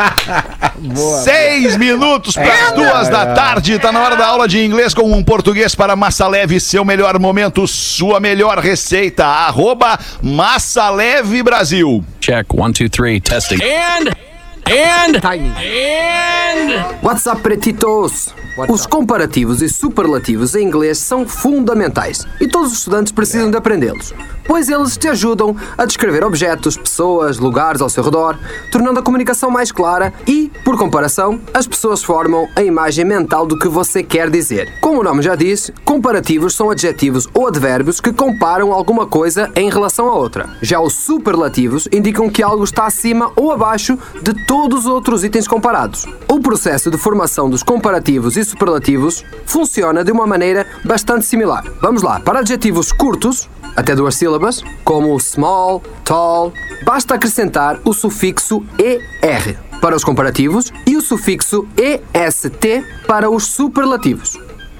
6 minutos para as 2 da tarde. Tá na hora da aula de inglês com um português para Massa Leve. Seu melhor momento, sua melhor receita. @Massa Leve Brasil. Check, 1, 2, 3, testing. Timing. What's up, pretitos? Os comparativos e superlativos em inglês são fundamentais e todos os estudantes precisam de aprendê-los, pois eles te ajudam a descrever objetos, pessoas, lugares ao seu redor, tornando a comunicação mais clara e, por comparação, as pessoas formam a imagem mental do que você quer dizer. Como o nome já diz, comparativos são adjetivos ou advérbios que comparam alguma coisa em relação a outra. Já os superlativos indicam que algo está acima ou abaixo de todos os outros itens comparados. O processo de formação dos comparativos e superlativos funciona de uma maneira bastante similar. Vamos lá, para adjetivos curtos, até 2 sílabas, como small, tall, basta acrescentar o sufixo ER para os comparativos e o sufixo EST para os superlativos.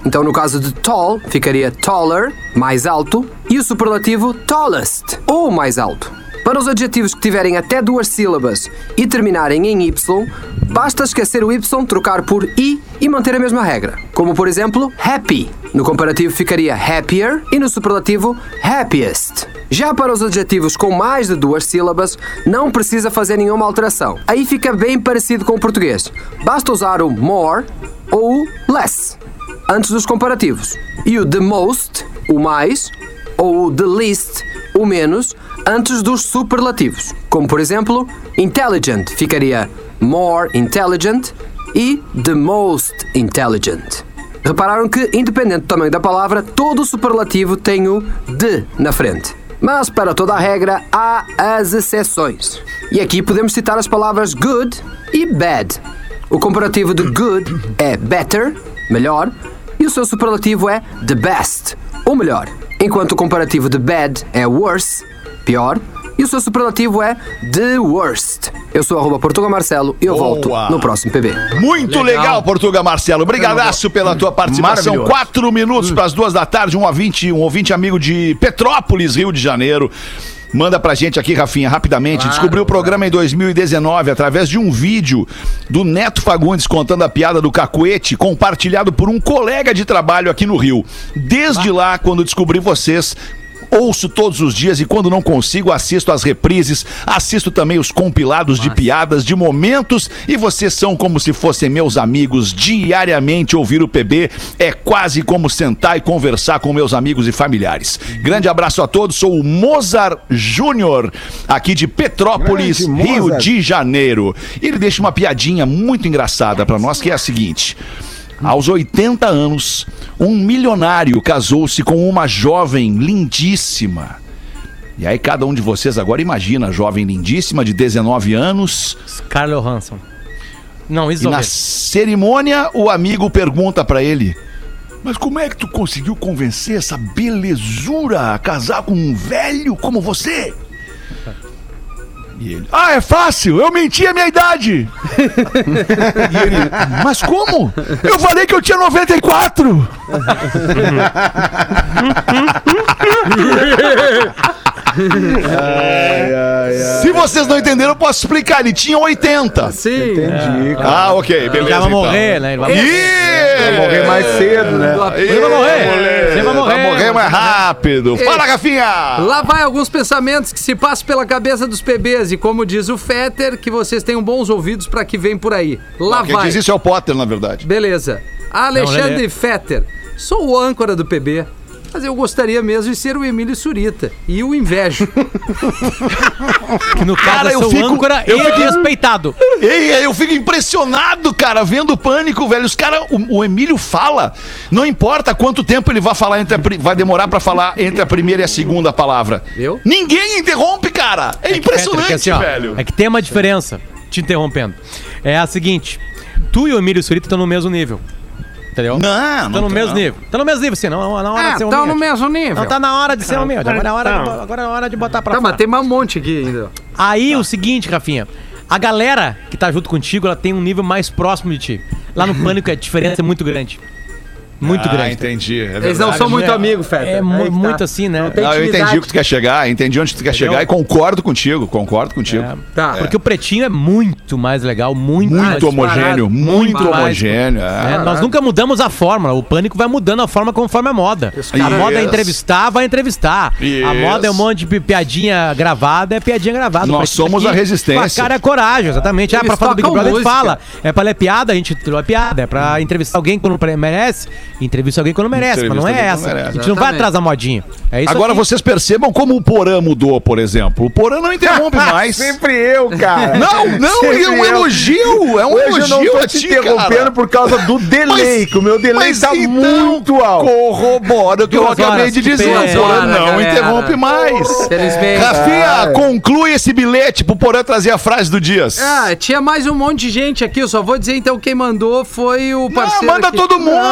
Então, no caso de tall, ficaria taller, mais alto, e o superlativo tallest, ou mais alto. Para os adjetivos que tiverem até 2 sílabas e terminarem em Y, basta esquecer o Y, trocar por I e manter a mesma regra. Como, por exemplo, happy. No comparativo ficaria happier e no superlativo happiest. Já para os adjetivos com mais de 2 sílabas, não precisa fazer nenhuma alteração. Aí fica bem parecido com o português. Basta usar o more ou o less antes dos comparativos. E o the most, o mais, ou o the least, o menos, antes dos superlativos. Como, por exemplo, intelligent ficaria more intelligent e the most intelligent. Repararam que, independente do tamanho da palavra, todo superlativo tem o de na frente. Mas para toda a regra há as exceções. E aqui podemos citar as palavras good e bad. O comparativo de good é better, melhor, e o seu superlativo é the best, ou melhor. Enquanto o comparativo de bad é worse, pior, e o seu superlativo é the worst. Eu sou @PortugaMarcelo e eu volto no próximo PB. Muito legal, Portuga Marcelo. Obrigadaço pela tua participação. 4 minutos para as 2 da tarde. Um ouvinte amigo de Petrópolis, Rio de Janeiro. Manda pra gente aqui, Rafinha, rapidamente. Claro, descobriu o programa em 2019 através de um vídeo do Neto Fagundes contando a piada do cacuete, compartilhado por um colega de trabalho aqui no Rio. Desde lá, quando descobri vocês, ouço todos os dias e quando não consigo, assisto as reprises, assisto também os compilados de piadas, de momentos, e vocês são como se fossem meus amigos. Diariamente ouvir o PB é quase como sentar e conversar com meus amigos e familiares. Grande abraço a todos, sou o Mozart Júnior, aqui de Petrópolis, Rio de Janeiro. E ele deixa uma piadinha muito engraçada pra nós, que é a seguinte: aos 80 anos, um milionário casou-se com uma jovem lindíssima. E aí cada um de vocês agora imagina a jovem lindíssima de 19 anos. Scarlett Johansson. Não, isso. E na cerimônia o amigo pergunta pra ele: mas como é que tu conseguiu convencer essa belezura a casar com um velho como você? E ele: é fácil, eu menti a minha idade. E ele: mas como? Eu falei que eu tinha 94. Se vocês não entenderam, eu posso explicar. Ele tinha 80. Sim. Entendi. Ok, beleza. Ele já vai morrer, né? Ele vai morrer mais cedo, né? Ele vai morrer. Vai morrer mais rápido. Fala, Rafinha! Lá vai alguns pensamentos que se passam pela cabeça dos PBs. E como diz o Fetter, que vocês tenham bons ouvidos pra que vem por aí. Lá vai. Quem diz isso é o Potter, na verdade. Beleza. Alexandre Fetter. Sou o âncora do PB, mas eu gostaria mesmo de ser o Emílio Surita. E o invejo. Que no caso eu sou âncora e respeitado. Eu fico impressionado, cara, vendo o Pânico, velho. Os caras, o Emílio fala, não importa quanto tempo ele vai falar, vai demorar pra falar entre a primeira e a segunda palavra. Ninguém interrompe, cara. É impressionante, assim, velho. É que tem uma diferença, te interrompendo. É a seguinte: tu e o Emílio Surita estão no mesmo nível. Entendeu? Não no mesmo nível. Tá no mesmo nível, sim. Não, na hora de ser humilde. Tá no mesmo nível. Não tá na hora de ser humilde. Agora é hora de botar pra fora. Mas tem um monte aqui ainda. Aí o seguinte, Rafinha. A galera que tá junto contigo, ela tem um nível mais próximo de ti. Lá no Pânico a diferença é muito grande. Muito grande. Entendi. Eles não são muito amigos, Fetter. É muito assim, né? Eu entendi o que tu quer chegar, entendi onde tu quer chegar e concordo contigo. Tá. Porque o Pretinho é muito mais legal, muito homogêneo, muito homogêneo. Nós nunca mudamos a fórmula, o Pânico vai mudando a forma conforme a moda. A moda é entrevistar, vai entrevistar. A moda é um monte de piadinha gravada, é piadinha gravada. Nós somos a resistência. A cara é coragem, exatamente. Pra falar do Big Brother, a gente fala. É pra ler piada, a gente tirou a piada. É pra entrevistar alguém quando merece. Entrevista alguém quando merece, mas não é essa. A gente não vai atrás da modinha. É isso. Agora vocês percebam como o Porã mudou, por exemplo. O Porã não interrompe mais. Sempre eu, cara. Não, é um elogio. É um elogio. Eu não tô te interrompendo por causa do delay, que o meu delay tá muito alto. Corrobora o que eu acabei de dizer. O Porã não interrompe mais. Rafinha, conclui esse bilhete pro Porã trazer a frase do Dias. Tinha mais um monte de gente aqui. Eu só vou dizer então quem mandou foi o parceiro. Manda todo mundo, tá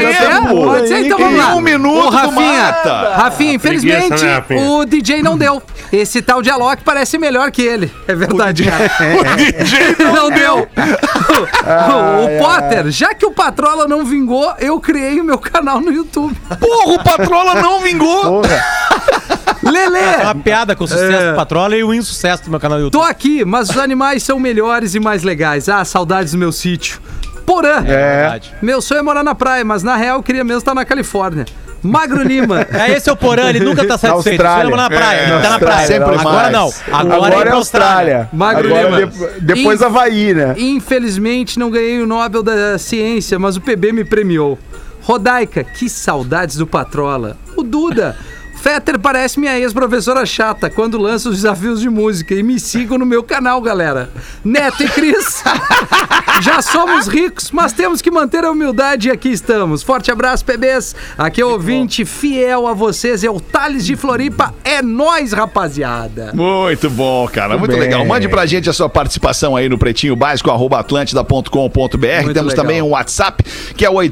tempo. Pode ser, então vamos lá. 1 minuto, Ô, Rafinha, Rafinha, infelizmente, Preguiça, né, Rafinha? o DJ não deu. Esse tal de Alok parece melhor que ele. É verdade, cara. O DJ Não deu. O Potter, já que o Patrola não vingou, eu criei o meu canal no YouTube. Porra, o Patrola não vingou. Lelê! É uma piada com o sucesso do Patrola e o insucesso do meu canal do YouTube. Tô aqui, mas os animais são melhores e mais legais. Ah, saudades do meu sítio. Porã! verdade. Meu sonho é morar na praia, mas na real eu queria mesmo estar na Califórnia. Magro Lima. Esse é o Porã, ele nunca tá satisfeito. Austrália. Ele na praia, ele tá na praia. sempre Agora mais. não. Agora é Austrália. Magro Agora Lima. depois Havaí, né? Infelizmente não ganhei o Nobel da Ciência, mas o PB me premiou. Rodaica, que saudades do Patrola. O Duda. Fetter parece minha ex-professora chata quando lança os desafios de música. E me sigam no meu canal, galera. Neto e Cris. Já somos ricos, mas temos que manter a humildade e aqui estamos. Forte abraço, PBs. Aqui é o ouvinte fiel a vocês. É o Thales de Floripa. É nóis, rapaziada. Muito bom, cara. Muito bem. legal. Mande pra gente a sua participação aí no Pretinho Básico, @atlântida.com.br. Temos também um WhatsApp, que é o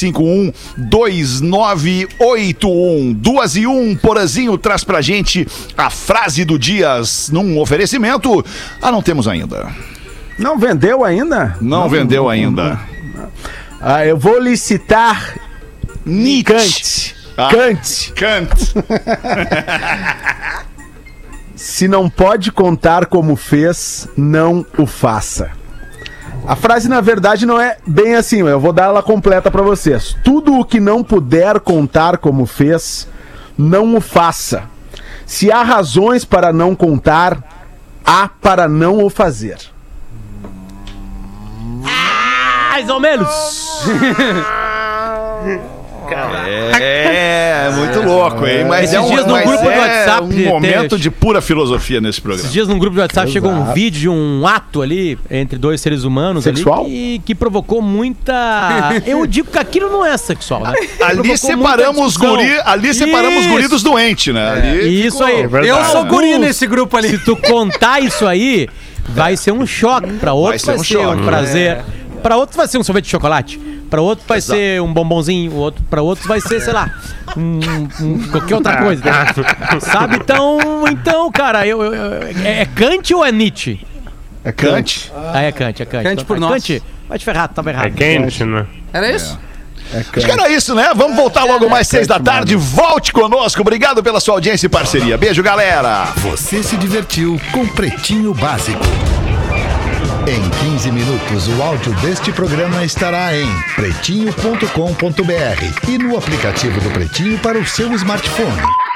8051-2981. 2 e 1. Porazinho traz pra gente a frase do dia num oferecimento. Ah, não temos ainda. Não vendeu ainda? Não vendeu ainda. Eu vou licitar Nietzsche. Kant. Kant. Se não pode contar como fez, não o faça. A frase, na verdade, não é bem assim, eu vou dar ela completa pra vocês. Tudo o que não puder contar como fez, não o faça. Se há razões para não contar, há para não o fazer. Mais ou menos. É, muito louco, hein? Mas Esses dias no grupo do WhatsApp um momento de pura filosofia nesse programa. Esses dias no grupo do WhatsApp chegou um vídeo de um ato ali entre dois seres humanos sexual? Ali que provocou muita... Eu digo que aquilo não é sexual, né? Ali separamos os guri dos doentes, né? Ali Isso aí. Eu sou guri nesse grupo ali. Se tu contar isso aí, vai ser um choque. Pra outros vai ser um prazer. Pra outros vai ser um sorvete de chocolate. Pra outro vai ser um bombonzinho, pra outros vai ser, sei lá, qualquer outra coisa. Tá? Sabe? Então, cara, é Kant ou é Nietzsche? É Kant. É Kant. Kant por nós. Kant, vai te ferrar, tava errado. É quente, né? Era isso? Acho que era isso, né? Vamos voltar logo mais 6 da tarde. Volte conosco. Obrigado pela sua audiência e parceria. Beijo, galera. Você se divertiu com Pretinho Básico. Em 15 minutos, o áudio deste programa estará em pretinho.com.br e no aplicativo do Pretinho para o seu smartphone.